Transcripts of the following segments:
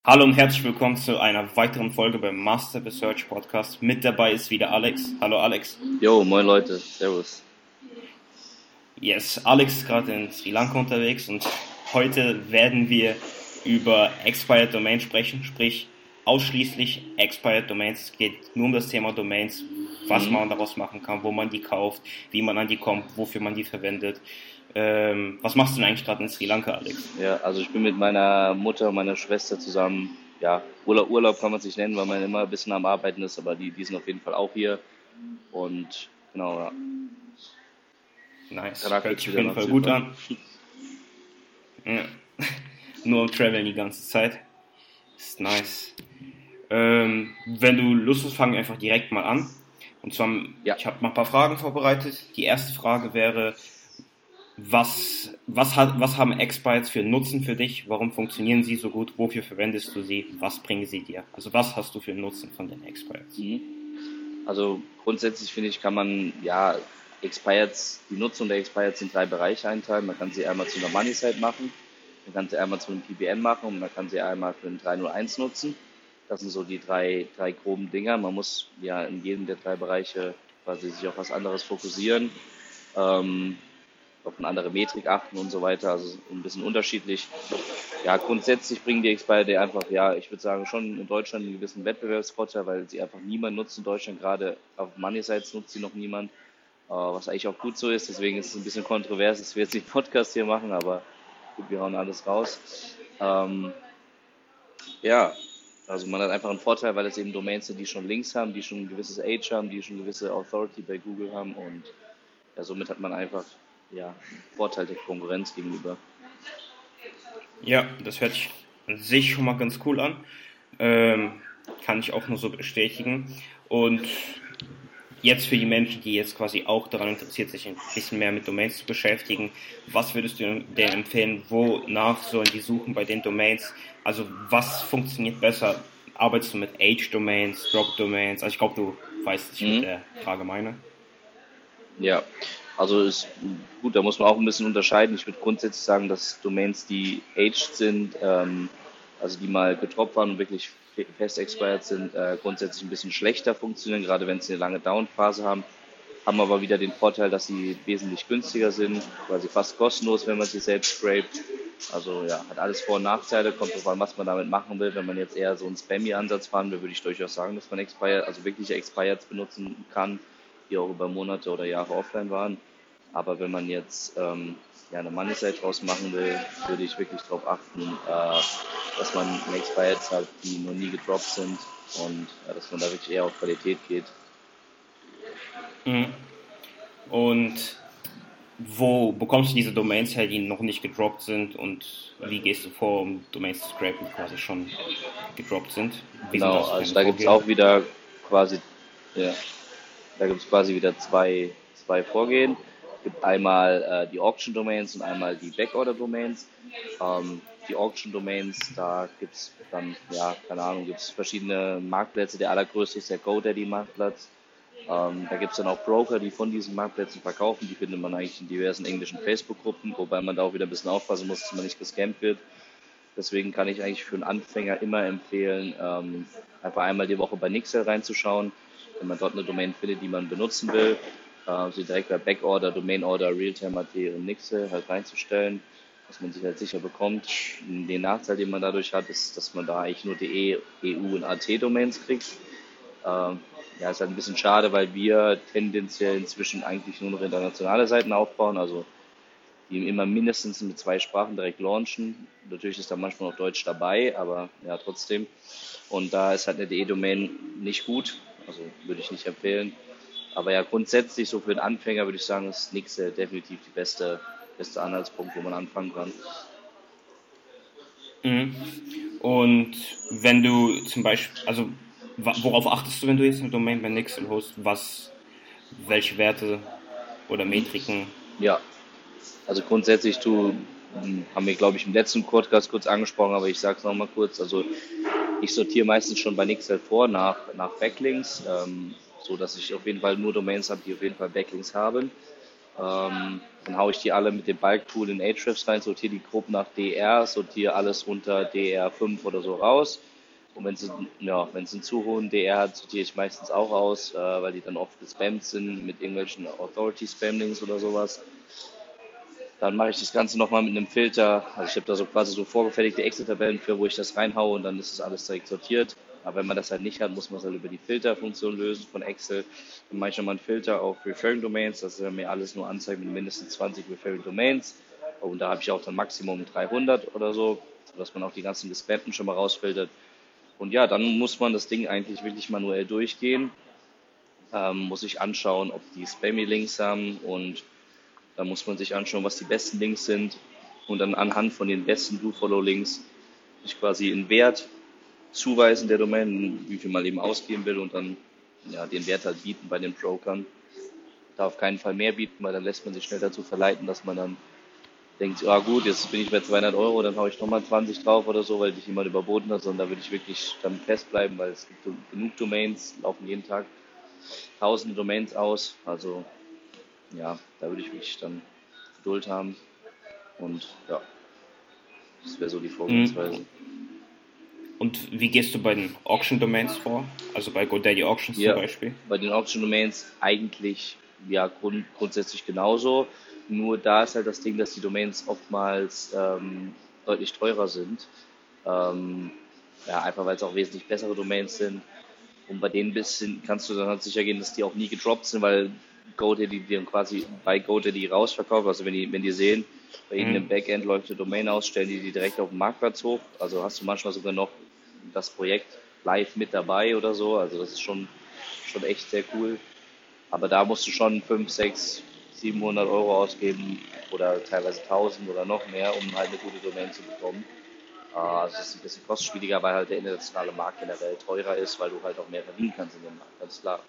Hallo und herzlich willkommen zu einer weiteren Folge beim Master Research Podcast. Mit dabei ist wieder Alex. Hallo Alex. Jo, moin Leute, servus. Yes, Alex ist gerade in Sri Lanka unterwegs und heute werden wir über Expired Domains sprechen, sprich ausschließlich Expired Domains. Es geht nur um das Thema Domains, was Mhm. man daraus machen kann, wo man die kauft, wie man an die kommt, wofür man die verwendet. Was machst du denn eigentlich gerade in Sri Lanka, Alex? Ja, also ich bin mit meiner Mutter und meiner Schwester zusammen. Ja, Urlaub kann man sich nennen, weil man immer ein bisschen am Arbeiten ist, aber die sind auf jeden Fall auch hier. Und genau, ja. Nice, Danach hört geht's sich auf wieder jeden nach Fall gut Zypern. an. Ja. Nur am Traveln die ganze Zeit. Ist nice. Wenn du Lust hast, fangen wir einfach direkt mal an. Und zwar, Ja, ich habe mal ein paar Fragen vorbereitet. Die erste Frage wäre, was haben Expites für einen Nutzen für dich? Warum funktionieren sie so gut? Wofür verwendest du sie? Was bringen sie dir? Also was hast du für einen Nutzen von den Expites? mhm. Also grundsätzlich finde ich, kann man ja die Nutzung der Expireds in drei Bereiche einteilen. Man kann sie einmal zu einer Money Site machen, man kann sie einmal zu einem PBN machen und man kann sie einmal für einen 301 nutzen. Das sind so die drei groben Dinger. Man muss ja in jedem der drei Bereiche quasi sich auf was anderes fokussieren, ähm, auf eine andere Metrik achten und so weiter. Also ein bisschen unterschiedlich. Ja, grundsätzlich bringen die Expire einfach, ja, ich würde sagen, schon in Deutschland einen gewissen Wettbewerbsvorteil, weil sie einfach niemand nutzt in Deutschland. Gerade auf Money Sites nutzt sie noch niemand, was eigentlich auch gut so ist. Deswegen ist es ein bisschen kontrovers, dass wir jetzt den Podcast hier machen, aber gut, wir hauen alles raus. Ähm, ja, also man hat einfach einen Vorteil, weil es eben Domains sind, die schon Links haben, die schon ein gewisses Age haben, die schon eine gewisse Authority bei Google haben und ja, somit hat man einfach ja, einen Vorteil der Konkurrenz gegenüber. Ja, das hört sich an sich schon mal ganz cool an. Ähm, Kann ich auch nur so bestätigen. Und jetzt für die Menschen, die jetzt quasi auch daran interessiert, sich ein bisschen mehr mit Domains zu beschäftigen, was würdest du denen empfehlen, wonach sollen die suchen bei den Domains? Also was funktioniert besser? Arbeitest du mit Age-Domains, Drop-Domains? Also ich glaube, du weißt, was ich mit Mhm. der Frage meine. Ja, also ist gut, da muss man auch ein bisschen unterscheiden. Ich würde grundsätzlich sagen, dass Domains, die aged sind, also die mal getroppt waren und wirklich fest expired sind, grundsätzlich ein bisschen schlechter funktionieren, gerade wenn sie eine lange Down-Phase haben aber wieder den Vorteil, dass sie wesentlich günstiger sind, quasi fast kostenlos, wenn man sie selbst scrapt. Also ja, hat alles Vor- und Nachteile, kommt drauf an, was man damit machen will. Wenn man jetzt eher so einen Spammy-Ansatz fahren will, würde ich durchaus sagen, dass man Expired, also wirkliche Expireds benutzen kann, die auch über Monate oder Jahre offline waren. Aber wenn man jetzt ja, eine Money Site draus machen will, würde ich wirklich darauf achten, dass man Expireds hat, die noch nie gedroppt sind und dass man da wirklich eher auf Qualität geht. Mhm. Und wo bekommst du diese Domains her, die noch nicht gedroppt sind und wie gehst du vor, um Domains zu scrapen, die quasi schon gedroppt sind? Wie sind Genau, das also deine da gibt es Vorgehen? auch wieder quasi, ja, da gibt es quasi wieder zwei Vorgehen. Es gibt einmal die Auction Domains und einmal die Backorder Domains. Die Auction Domains, da gibt es dann, ja, keine Ahnung, gibt es verschiedene Marktplätze. Der allergrößte ist der GoDaddy Marktplatz. Da gibt es dann auch Broker, die von diesen Marktplätzen verkaufen. Die findet man eigentlich in diversen englischen Facebook-Gruppen, wobei man da auch wieder ein bisschen aufpassen muss, dass man nicht gescammt wird. Deswegen kann ich eigentlich für einen Anfänger immer empfehlen, einfach einmal die Woche bei Nixel reinzuschauen, wenn man dort eine Domain findet, die man benutzen will, sie direkt bei Backorder, Domain Order, Realtime.at und Nixel halt reinzustellen, dass man sich halt sicher bekommt. Den Nachteil, den man dadurch hat, ist, dass man da eigentlich nur DE, EU und AT-Domains kriegt. Ja, ist halt ein bisschen schade, weil wir tendenziell inzwischen eigentlich nur noch internationale Seiten aufbauen, also die immer mindestens mit zwei Sprachen direkt launchen. Natürlich ist da manchmal noch Deutsch dabei, aber ja, trotzdem. Und da ist halt eine DE-Domain nicht gut, also würde ich nicht empfehlen. Aber ja, grundsätzlich so für den Anfänger würde ich sagen, ist Nixel definitiv die beste Anhaltspunkt, wo man anfangen kann. Mhm. Und wenn du zum Beispiel, also worauf achtest du, wenn du jetzt eine Domain bei Nixon hostst? Welche Werte oder Metriken? Ja, also grundsätzlich haben wir, glaube ich, im letzten Podcast kurz angesprochen, aber ich sage es nochmal kurz. Also ich sortiere meistens schon bei Nixel vor nach Backlinks, so dass ich auf jeden Fall nur Domains habe, die auf jeden Fall Backlinks haben. Dann haue ich die alle mit dem Bulk-Tool in Ahrefs rein, sortiere die grob nach DR, sortiere alles unter DR5 oder so raus. Und wenn es einen zu hohen DR hat, sortiere ich meistens auch aus, weil die dann oft gespammt sind mit irgendwelchen Authority-Spam-Links oder sowas. Dann mache ich das Ganze nochmal mit einem Filter. Also ich habe da so quasi so vorgefertigte Excel-Tabellen für, wo ich das reinhaue und dann ist das alles direkt sortiert. Aber wenn man das halt nicht hat, muss man es halt über die Filterfunktion lösen von Excel. Dann mache ich nochmal einen Filter auf Referring Domains, dass er mir alles nur anzeigt mit mindestens 20 Referring Domains. Und da habe ich auch dann Maximum 300 oder so, sodass man auch die ganzen Gespammten schon mal rausfiltert. Und ja, dann muss man das Ding eigentlich wirklich manuell durchgehen, muss sich anschauen, ob die Spammy-Links haben und da muss man sich anschauen, was die besten Links sind und dann anhand von den besten Do-Follow-Links sich quasi einen Wert zuweisen der Domain, wie viel man eben ausgeben will und dann ja, den Wert halt bieten bei den Brokern. Da auf keinen Fall mehr bieten, weil dann lässt man sich schnell dazu verleiten, dass man dann denkt, ah gut, jetzt bin ich bei 200 Euro, dann haue ich nochmal 20 drauf oder so, weil dich jemand überboten hat, sondern da würde ich wirklich dann festbleiben, weil es gibt genug Domains, laufen jeden Tag tausende Domains aus, also ja, da würde ich wirklich dann Geduld haben und ja, das wäre so die Vorgehensweise. Und wie gehst du bei den Auction-Domains vor? Also bei GoDaddy Auctions zum Ja, Beispiel? bei den Auction Domains eigentlich ja grundsätzlich genauso. Nur da ist halt das Ding, dass die Domains oftmals deutlich teurer sind. Ähm, ja, einfach weil es auch wesentlich bessere Domains sind. Und bei denen kannst du dann halt sicher gehen, dass die auch nie gedroppt sind, weil GoDaddy die dann quasi bei GoDaddy rausverkauft. Also wenn die sehen, bei ihnen im Backend läuft eine Domain aus, stellen die direkt auf den Marktplatz hoch. Also hast du manchmal sogar noch das Projekt live mit dabei oder so. Also das ist schon echt sehr cool. Aber da musst du schon 5, 6, 700 Euro ausgeben oder teilweise 1000 oder noch mehr, um halt eine gute Domain zu bekommen. Also das ist ein bisschen kostspieliger, weil halt der internationale Markt generell teurer ist, weil du halt auch mehr verdienen kannst in dem Markt, ganz klar.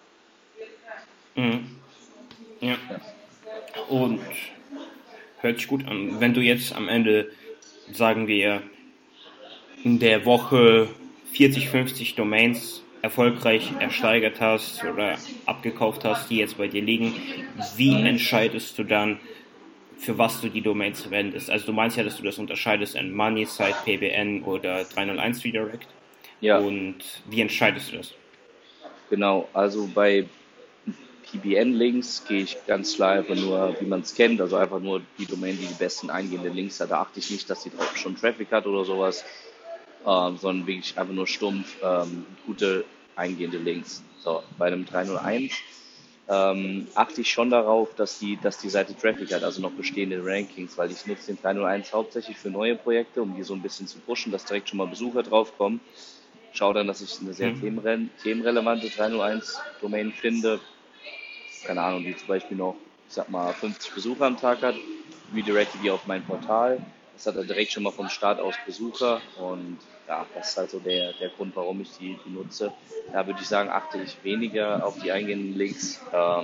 Mhm. Ja. Ja, Und hört sich gut an. Wenn du jetzt am Ende, sagen wir, in der Woche 40, 50 Domains erfolgreich ersteigert hast oder abgekauft hast, die jetzt bei dir liegen, wie entscheidest du dann, für was du die Domains verwendest? Also du meinst ja, dass du das unterscheidest in Money, Site, PBN oder 301 Redirect. ja, Und wie entscheidest du das? genau. Also bei PBN-Links gehe ich ganz klar einfach nur, wie man es kennt, also einfach nur die Domain, die die besten eingehenden Links hat. Da achte ich nicht, dass die drauf schon Traffic hat oder sowas, sondern wirklich einfach nur stumpf gute eingehende Links. So, bei einem 301 achte ich schon darauf, dass die Seite Traffic hat, also noch bestehende Rankings, weil ich nutze den 301 hauptsächlich für neue Projekte, um die so ein bisschen zu pushen, dass direkt schon mal Besucher draufkommen. Schaue dann, dass ich eine sehr Hm? themenrelevante 301-Domain finde, keine Ahnung, die zum Beispiel noch, ich sag mal, 50 Besucher am Tag hat, redirecte die auf mein Portal. Das hat dann direkt schon mal vom Start aus Besucher und ja, das ist halt so der Grund, warum ich die nutze. Da würde ich sagen, achte ich weniger auf die eingehenden Links,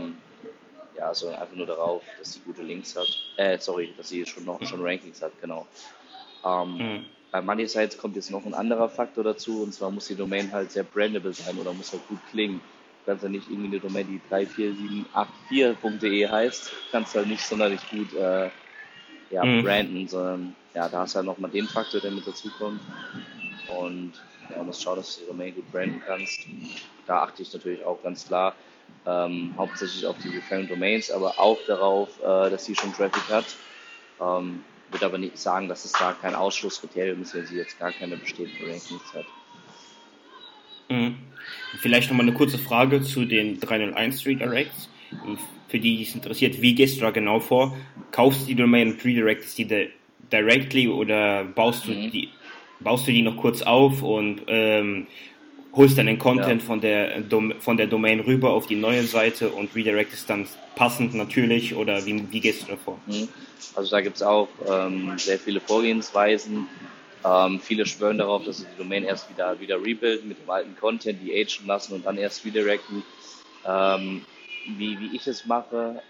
ja, sondern einfach nur darauf, dass sie gute Links hat. Sorry, dass sie schon Rankings hat, genau. Ähm, Hm. bei Money Sites kommt jetzt noch ein anderer Faktor dazu, und zwar muss die Domain halt sehr brandable sein oder muss halt gut klingen. Du kannst ja nicht irgendwie eine Domain, die 34784.de heißt, kannst halt nicht sonderlich gut ja, Hm. branden, sondern ja, da hast du halt nochmal den Faktor, der mit dazu kommt. Und ja, musst schauen, dass du die Domain gut branden kannst. Da achte ich natürlich auch ganz klar hauptsächlich auf die Referring Domains, aber auch darauf, dass sie schon Traffic hat. Würde aber nicht sagen, dass es da kein Ausschlusskriterium ist, wenn sie jetzt gar keine bestehenden Rankings hat. Mhm. Vielleicht nochmal eine kurze Frage zu den 301 Redirects. Für die es interessiert, wie gehst du da genau vor? Kaufst du die Domain und redirectest die directly oder Mhm. baust du die noch kurz auf und holst dann den Ja. Content von der Domain rüber auf die neue Seite und redirectest dann passend natürlich oder wie gehst du da vor? Mhm. Also da gibt es auch sehr viele Vorgehensweisen. Viele schwören darauf, dass sie die Domain erst wieder rebuilden mit dem alten Content, die agen lassen und dann erst redirecten. Ähm, wie ich es mache,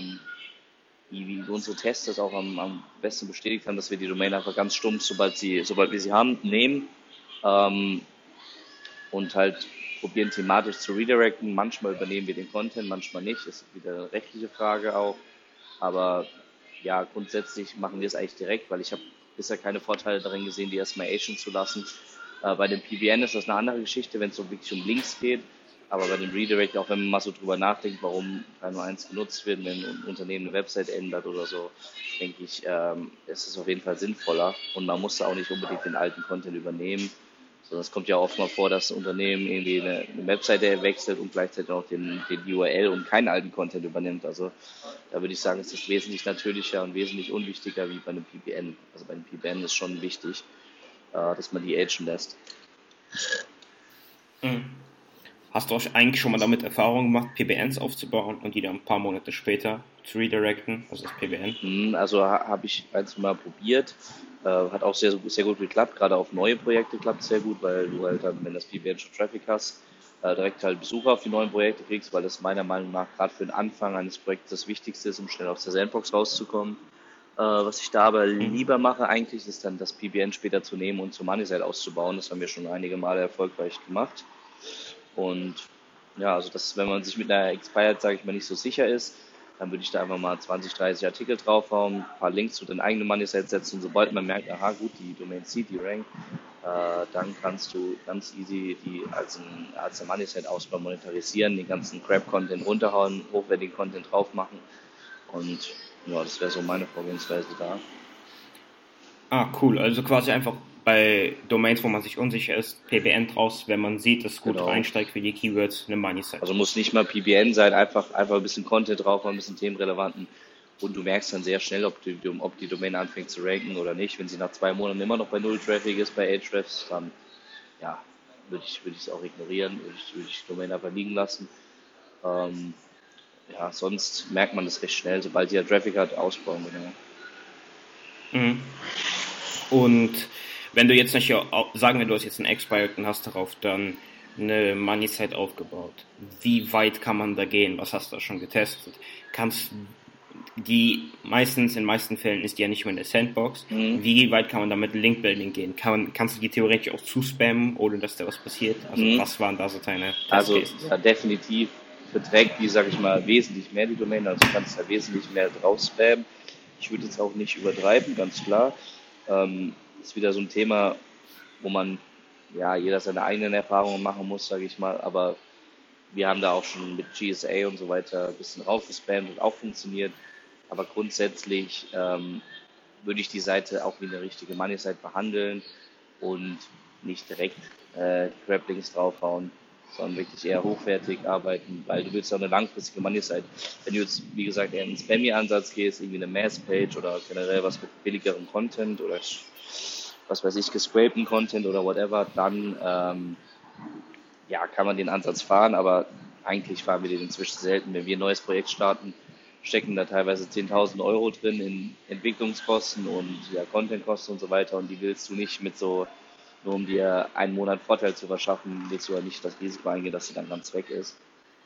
wie unsere Tests das auch am besten bestätigt haben, dass wir die Domain einfach ganz stumpf, sobald wir sie haben, nehmen ähm, und halt probieren thematisch zu redirecten. Manchmal übernehmen wir den Content, manchmal nicht. Das ist wieder eine rechtliche Frage auch. Aber ja, grundsätzlich machen wir es eigentlich direkt, weil ich habe bisher keine Vorteile darin gesehen, die erstmal Agent zu lassen. Bei dem PBN ist das eine andere Geschichte, wenn es so wirklich um Links geht. Aber bei dem Redirect, auch wenn man mal so drüber nachdenkt, warum 301 genutzt wird, wenn ein Unternehmen eine Website ändert oder so, denke ich, ist es auf jeden Fall sinnvoller. Und man muss da auch nicht unbedingt den alten Content übernehmen. Sondern es kommt ja oft mal vor, dass ein Unternehmen irgendwie eine Webseite wechselt und gleichzeitig auch den URL und keinen alten Content übernimmt. Also da würde ich sagen, es ist wesentlich natürlicher und wesentlich unwichtiger wie bei einem PBN. Also bei einem PBN ist schon wichtig, dass man die agen lässt. Hast du euch eigentlich schon mal damit Erfahrung gemacht, PBNs aufzubauen und die dann ein paar Monate später zu redirecten, also das PBN? Also habe ich ein, zwei Mal probiert. Hat auch sehr gut geklappt. Gerade auf neue Projekte klappt es sehr gut, weil du halt dann, wenn das PBN schon Traffic hast, direkt halt Besucher auf die neuen Projekte kriegst, weil das meiner Meinung nach gerade für den Anfang eines Projektes das Wichtigste ist, um schnell aus der Sandbox rauszukommen. Was ich da aber lieber mache eigentlich, ist dann das PBN später zu nehmen und zur Moneyside auszubauen. Das haben wir schon einige Male erfolgreich gemacht. Und ja, also das, wenn man sich mit einer Expired, sage ich mal, nicht so sicher ist, dann würde ich da einfach mal 20, 30 Artikel draufhauen, ein paar Links zu den eigenen Money-Sites setzen. Und sobald man merkt, aha gut, die Domain zieht, die Rank, dann kannst du ganz easy die als eine Money-Site Ausbau monetarisieren, den ganzen Crap-Content runterhauen, hochwertigen Content drauf machen. Und ja, das wäre so meine Vorgehensweise da. Cool. Also quasi einfach bei Domains, wo man sich unsicher ist, PBN draus, wenn man sieht, dass es gut Genau. reinsteigt für die Keywords, eine Money-Site. Also muss nicht mal PBN sein, einfach ein bisschen Content drauf, ein bisschen themenrelevanten. Und du merkst dann sehr schnell, ob die Domain anfängt zu ranken oder nicht. Wenn sie nach 2 Monaten immer noch bei Null Traffic ist, bei Ahrefs, dann ja, würde ich es auch ignorieren, würde ich die Domain einfach liegen lassen. Ja, sonst merkt man das recht schnell, sobald die ja Traffic hat, ausbauen. Genau. Und wenn du jetzt nicht, sagen wir, du hast jetzt einen Expired und hast darauf dann eine Money-Site aufgebaut, wie weit kann man da gehen? Was hast du da schon getestet? In den meisten Fällen ist die ja nicht mehr in der Sandbox. Wie weit kann man da mit Link-Building gehen? Kannst du die theoretisch auch zuspammen, ohne dass da was passiert? Also was waren da so deine Testcases? Also ja, definitiv verträgt die, sage ich mal, wesentlich mehr die Domain, also du kannst da wesentlich mehr drauf spammen. Ich würde jetzt auch nicht übertreiben, ganz klar. Ist wieder so ein Thema, wo man ja jeder seine eigenen Erfahrungen machen muss, sage ich mal, aber wir haben da auch schon mit GSA und so weiter ein bisschen raufgespammt und auch funktioniert. Aber grundsätzlich würde ich die Seite auch wie eine richtige Money-Site behandeln und nicht direkt Crap-Links draufhauen, sondern wirklich eher hochwertig arbeiten, weil du willst auch eine langfristige Money-Site. Wenn du jetzt, wie gesagt, eher in einen Spammy-Ansatz gehst, irgendwie eine Mass-Page oder generell was mit billigerem Content oder was weiß ich, gescrapten Content oder whatever, dann ja, kann man den Ansatz fahren, aber eigentlich fahren wir den inzwischen selten. Wenn wir ein neues Projekt starten, stecken da teilweise 10.000 Euro drin in Entwicklungskosten und ja, Contentkosten und so weiter und die willst du nicht mit so, nur um dir einen Monat Vorteil zu verschaffen, willst du ja nicht das Risiko eingehen, dass sie dann ganz weg ist.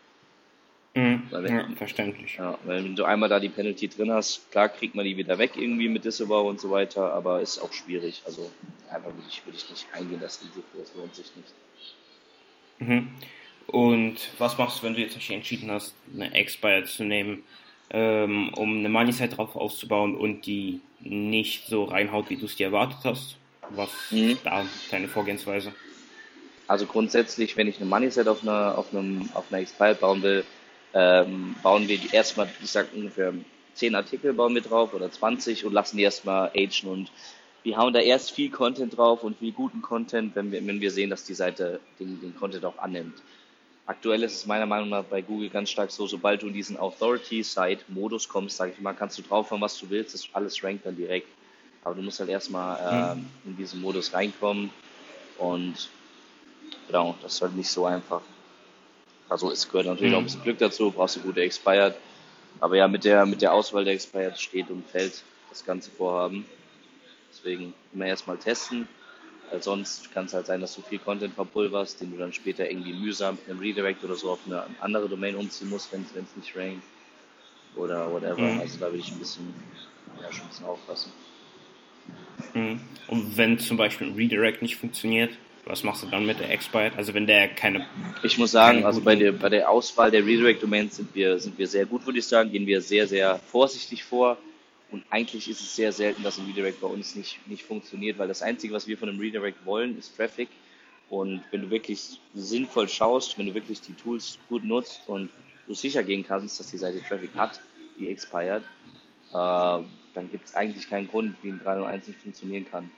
Ja, verständlich. Ja, weil wenn du einmal da die Penalty drin hast, klar kriegt man die wieder weg irgendwie mit Disavow und so weiter, aber ist auch schwierig. Also einfach würde ich nicht eingehen, das Risiko, das lohnt sich nicht. Und was machst du, wenn du jetzt entschieden hast, eine Expired zu nehmen, um eine Money-Site drauf auszubauen und die nicht so reinhaut, wie du es dir erwartet hast? Was ist da deine Vorgehensweise? Also grundsätzlich, wenn ich eine Money-Site auf einer Expired bauen will, bauen wir die erstmal, ich sag ungefähr 10 Artikel bauen wir drauf oder 20 und lassen die erstmal agen und wir hauen da erst viel Content drauf und viel guten Content, wenn wir sehen, dass die Seite den Content auch annimmt. Aktuell ist es meiner Meinung nach bei Google ganz stark so, sobald du in diesen Authority-Site-Modus kommst, sage ich mal, kannst du draufhauen, was du willst, das alles rankt dann direkt. Aber du musst halt erstmal in diesen Modus reinkommen und genau, das ist halt nicht so einfach. Also es gehört natürlich auch ein bisschen Glück dazu, brauchst du gute Expired. Aber ja, mit der Auswahl der Expired steht und fällt das ganze Vorhaben. Deswegen immer erstmal testen, weil sonst kann es halt sein, dass du viel Content verpulverst, den du dann später irgendwie mühsam mit einem Redirect oder so auf eine andere Domain umziehen musst, wenn es nicht rankt oder whatever. Also da will ich schon ein bisschen aufpassen. Und wenn zum Beispiel ein Redirect nicht funktioniert, Was machst du dann mit der Expired? Also wenn der Ich muss sagen, keine also bei guten... der Auswahl der Redirect-Domains sind wir sehr gut, würde ich sagen, gehen wir sehr, sehr vorsichtig vor. Und eigentlich ist es sehr selten, dass ein Redirect bei uns nicht funktioniert, weil das Einzige, was wir von einem Redirect wollen, ist Traffic. Und wenn du wirklich sinnvoll schaust, wenn du wirklich die Tools gut nutzt und du sicher gehen kannst, dass die Seite Traffic hat, die expired, dann gibt es eigentlich keinen Grund, wie ein 301 nicht funktionieren kann.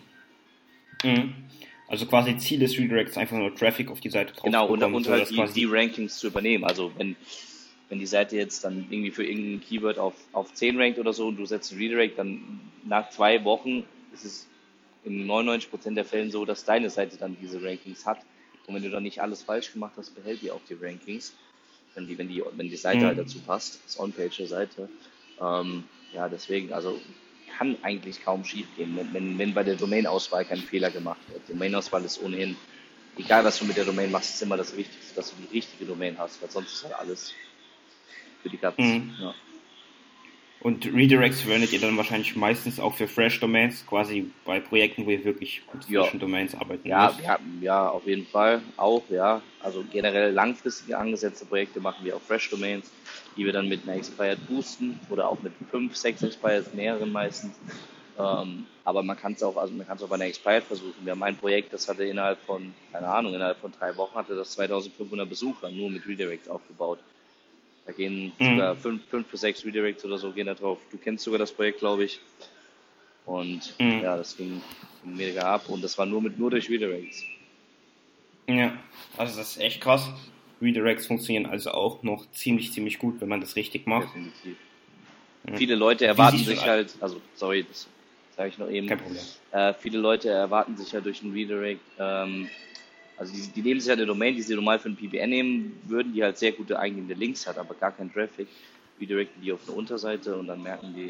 Mhm. Also quasi Ziel des Redirects einfach nur Traffic auf die Seite drauf Genau, zu bekommen, und so halt dass quasi... die Rankings zu übernehmen. Also wenn die Seite jetzt dann irgendwie für irgendein Keyword auf 10 rankt oder so und du setzt einen Redirect, dann nach 2 Wochen ist es in 99% der Fällen so, dass deine Seite dann diese Rankings hat. Und wenn du dann nicht alles falsch gemacht hast, behält die auch die Rankings, wenn die Seite halt Mhm. dazu passt, das On-Page der Seite. Ja, deswegen, also kann eigentlich kaum schief gehen, wenn bei der Domain-Auswahl kein Fehler gemacht wird. Domain-Auswahl ist ohnehin, egal was du mit der Domain machst, ist immer das Wichtigste, dass du die richtige Domain hast, weil sonst ist halt alles für die Katz. Mhm. Ja. Und Redirects verwendet ihr dann wahrscheinlich meistens auch für Fresh-Domains, quasi bei Projekten, wo ihr wirklich mit Ja, frischen Domains arbeiten ja, müsst. ja, auf jeden Fall auch, ja. Also generell langfristig angesetzte Projekte machen wir auf Fresh-Domains, die wir dann mit einer Expired boosten oder auch mit 5, 6 Expired, mehreren meistens. Aber man kann es auch, also man kann es auch bei einer Expired versuchen. Wir haben ein Projekt, das hatte innerhalb von 3 Wochen hatte das 2500 Besucher, nur mit Redirects aufgebaut. Da gehen sogar Mhm. 5 bis 6 Redirects oder so gehen da drauf. Du kennst sogar das Projekt, glaube ich. Und Mhm. ja, das ging mega ab und das war nur durch Redirects. Ja, also das ist echt krass. Redirects funktionieren also auch noch ziemlich gut, wenn man das richtig macht. Definitiv. Ja. Viele Leute Wie erwarten siehst du sich halt, also sorry, das sage ich noch eben, kein Problem. viele Leute erwarten sich halt durch einen Redirect, also die nehmen sich halt eine Domain, die sie normal für ein PBN nehmen würden, die halt sehr gute eingehende Links hat, aber gar keinen Traffic, redirecten die auf eine Unterseite und dann merken die,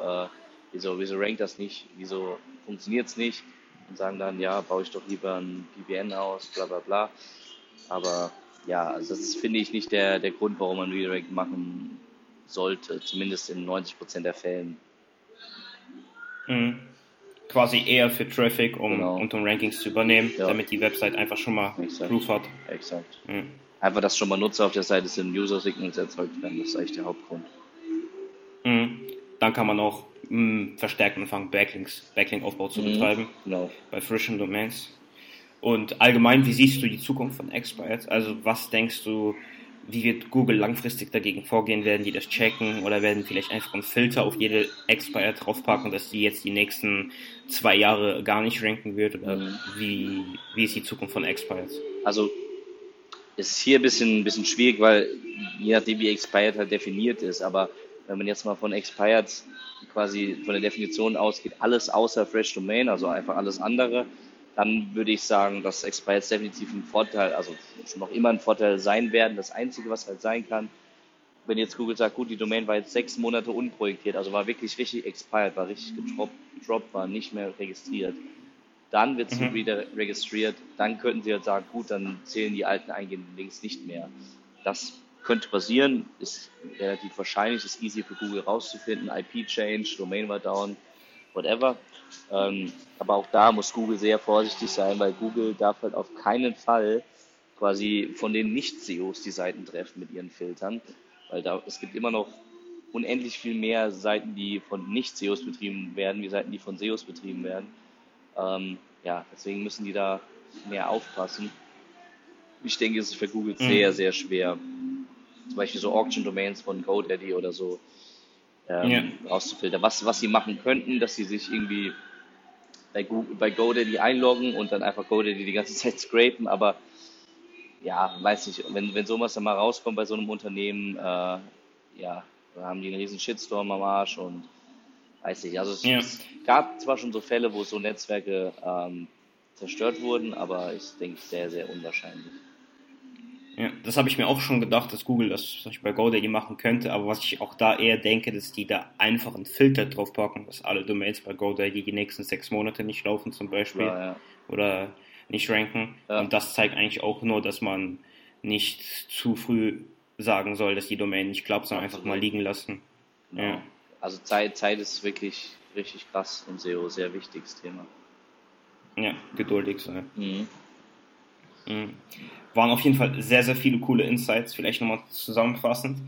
wieso rankt das nicht, wieso funktioniert es nicht und sagen dann, ja, baue ich doch lieber ein PBN aus, bla bla bla. Aber ja, also das ist, finde ich, nicht der Grund, warum man Redirect machen sollte, zumindest in 90% der Fällen. Mhm. Quasi eher für Traffic, Genau, um Rankings zu übernehmen, ja, damit die Website einfach schon mal Proof exakt, hat. exakt. Mhm. Einfach, dass schon mal Nutzer auf der Seite sind, User-Signals erzeugt werden, das ist eigentlich der Hauptgrund. Mhm. Dann kann man auch verstärkt anfangen, Backlink-Aufbau zu Mhm, betreiben genau. bei frischen Domains. Und allgemein, wie siehst du die Zukunft von Expired? Also was denkst du, wie wird Google langfristig dagegen vorgehen? Werden die das checken oder werden vielleicht einfach einen Filter auf jede Expired draufpacken, dass die jetzt die nächsten 2 Jahre gar nicht ranken wird? Oder Mhm. wie ist die Zukunft von Expired? Also ist hier ein bisschen schwierig, weil je nachdem wie Expired halt definiert ist, aber wenn man jetzt mal von Expired quasi von der Definition ausgeht, alles außer Fresh Domain, also einfach alles andere, dann würde ich sagen, dass Expired definitiv ein Vorteil, also schon noch immer ein Vorteil sein werden. Das Einzige, was halt sein kann, wenn jetzt Google sagt, gut, die Domain war jetzt 6 Monate unprojektiert, also war wirklich richtig expired, war richtig gedroppt, war nicht mehr registriert, dann wird sie Mhm. wieder registriert, dann könnten sie halt sagen, gut, dann zählen die alten eingehenden Links nicht mehr. Das könnte passieren, ist relativ wahrscheinlich, ist easy für Google rauszufinden, IP-Change, Domain war down, whatever. Aber auch da muss Google sehr vorsichtig sein, weil Google darf halt auf keinen Fall quasi von den Nicht-SEOs die Seiten treffen mit ihren Filtern, weil es gibt immer noch unendlich viel mehr Seiten, die von Nicht-SEOs betrieben werden, wie Seiten, die von SEOs betrieben werden. Ja, deswegen müssen die da mehr aufpassen. Ich denke, es ist für Google sehr, Mhm. sehr schwer, zum Beispiel so Auction-Domains von GoDaddy oder so Ja. rauszufiltern. Was sie machen könnten, dass sie sich irgendwie bei GoDaddy einloggen und dann einfach GoDaddy die ganze Zeit scrapen, aber ja, weiß nicht, wenn sowas dann mal rauskommt bei so einem Unternehmen, ja, dann haben die einen riesen Shitstorm am Arsch und weiß nicht. Also Ja. es gab zwar schon so Fälle, wo so Netzwerke zerstört wurden, aber ich denke sehr, sehr unwahrscheinlich. Ja, das habe ich mir auch schon gedacht, dass Google das zum Beispiel bei GoDaddy machen könnte, aber was ich auch da eher denke, dass die da einfach einen Filter drauf packen, dass alle Domains bei GoDaddy die nächsten 6 Monate nicht laufen zum Beispiel Klar, ja. oder nicht ranken. Ja, Und das zeigt eigentlich auch nur, dass man nicht zu früh sagen soll, dass die Domain nicht klappt, sondern einfach mal absolut. liegen lassen. Ja, Genau. Also Zeit ist wirklich richtig krass im SEO, sehr wichtiges Thema. ja, geduldig sein. Mhm. Mhm. Waren auf jeden Fall sehr, sehr viele coole Insights. Vielleicht nochmal zusammenfassend.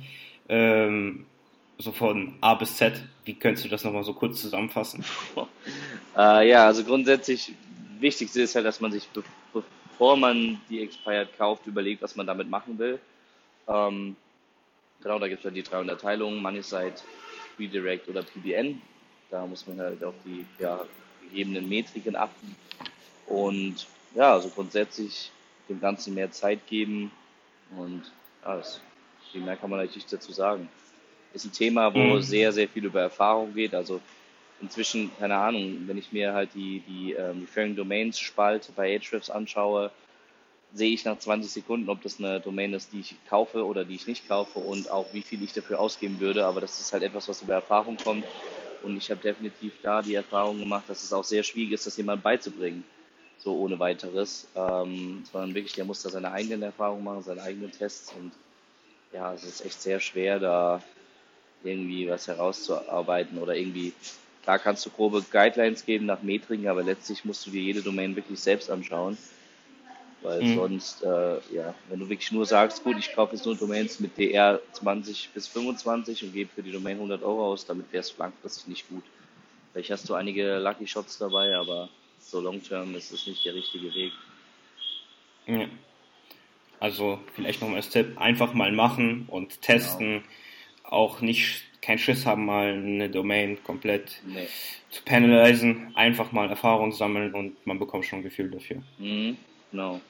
So von A bis Z. Wie könntest du das nochmal so kurz zusammenfassen? Ja, also grundsätzlich, wichtigste ist halt, dass man sich, bevor man die Expired kauft, überlegt, was man damit machen will. Ähm, genau, da gibt es ja die drei Unterteilungen, Moneyside, Redirect oder PBN. Da muss man halt auf die ja, gegebenen Metriken achten. Und ja, also grundsätzlich dem Ganzen mehr Zeit geben. Und ja, viel mehr kann man eigentlich nicht dazu sagen. Ist ein Thema, wo Mhm. sehr, sehr viel über Erfahrung geht. Also inzwischen, keine Ahnung, wenn ich mir halt die Referring Domains Spalte bei Ahrefs anschaue, sehe ich nach 20 Sekunden, ob das eine Domain ist, die ich kaufe oder die ich nicht kaufe und auch wie viel ich dafür ausgeben würde. Aber das ist halt etwas, was über Erfahrung kommt. Und ich habe definitiv da die Erfahrung gemacht, dass es auch sehr schwierig ist, das jemandem beizubringen. So ohne weiteres. Sondern wirklich, der muss da seine eigenen Erfahrungen machen, seine eigenen Tests. Und ja, es ist echt sehr schwer, da irgendwie was herauszuarbeiten oder irgendwie, klar kannst du grobe Guidelines geben nach Metriken, aber letztlich musst du dir jede Domain wirklich selbst anschauen, weil Mhm. sonst, ja, wenn du wirklich nur sagst, gut, ich kaufe jetzt nur Domains mit DR 20 bis 25 und gebe für die Domain 100 € aus, damit wäre es langfristig nicht gut. Vielleicht hast du einige Lucky Shots dabei, aber so long term ist es nicht der richtige Weg. Ja. Also vielleicht nochmal als Tipp, einfach mal machen und Genau. testen. Auch nicht kein Schiss haben, mal eine Domain komplett Nee. zu panelisen. Einfach mal Erfahrung sammeln und man bekommt schon ein Gefühl dafür. Mhm. Genau.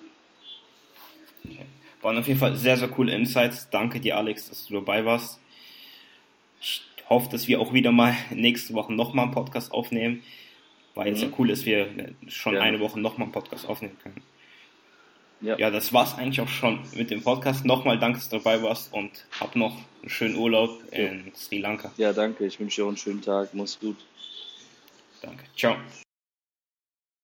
Okay. Waren auf jeden Fall sehr, sehr coole Insights. Danke dir, Alex, dass du dabei warst. Ich hoffe, dass wir auch wieder mal nächste Woche nochmal einen Podcast aufnehmen, weil es ja Mhm. cool ist, wir schon Gerne. eine Woche nochmal einen Podcast aufnehmen können. Ja. Ja, das war's eigentlich auch schon mit dem Podcast. Nochmal danke, dass du dabei warst und hab noch einen schönen Urlaub Jo. in Sri Lanka. Ja, danke. Ich wünsche dir auch einen schönen Tag. Mach's gut. Danke. Ciao.